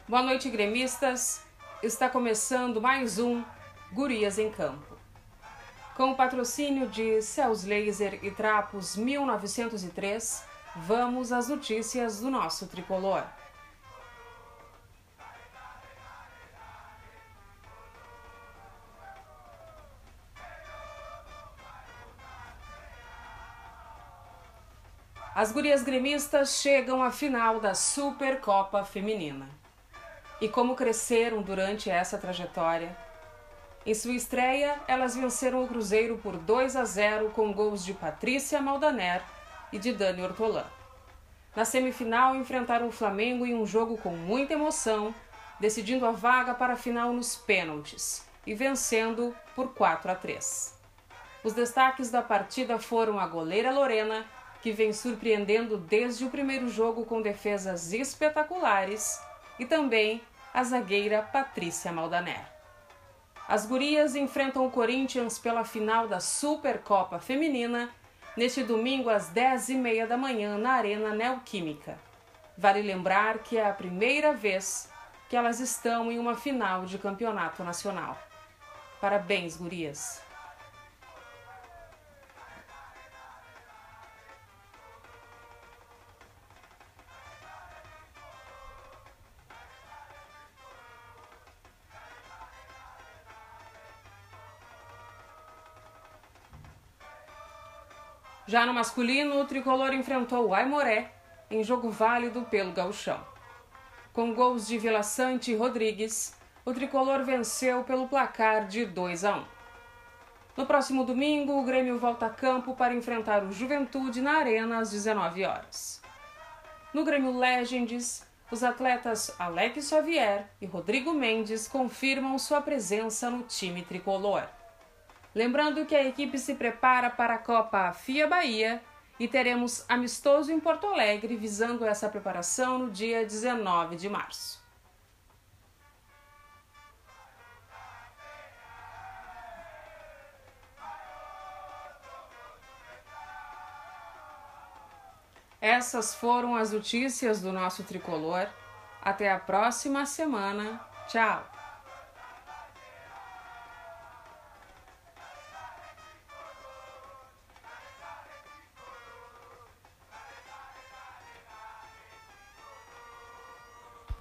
Boa noite, gremistas. Está começando mais um Gurias em Campo. Com o patrocínio de Céus Laser e Trapos 1903, vamos às notícias do nosso tricolor. As gurias gremistas chegam à final da Supercopa Feminina. E como cresceram durante essa trajetória? Em sua estreia, elas venceram o Cruzeiro por 2-0 com gols de Patrícia Maldaner e de Dani Ortolã. Na semifinal, enfrentaram o Flamengo em um jogo com muita emoção, decidindo a vaga para a final nos pênaltis e vencendo por 4-3. Os destaques da partida foram a goleira Lorena, que vem surpreendendo desde o primeiro jogo com defesas espetaculares, e também a zagueira Patrícia Maldaner. As gurias enfrentam o Corinthians pela final da Supercopa Feminina neste domingo às 10h30 da manhã na Arena Neoquímica. Vale lembrar que é a primeira vez que elas estão em uma final de campeonato nacional. Parabéns, gurias! Já no masculino, o tricolor enfrentou o Aimoré em jogo válido pelo gauchão. Com gols de Vila Sante e Rodrigues, o tricolor venceu pelo placar de 2-1. No próximo domingo, o Grêmio volta a campo para enfrentar o Juventude na Arena às 19h. No Grêmio Legends, os atletas Alex Xavier e Rodrigo Mendes confirmam sua presença no time tricolor. Lembrando que a equipe se prepara para a Copa FIA Bahia e teremos amistoso em Porto Alegre visando essa preparação no dia 19 de março. Essas foram as notícias do nosso tricolor. Até a próxima semana. Tchau!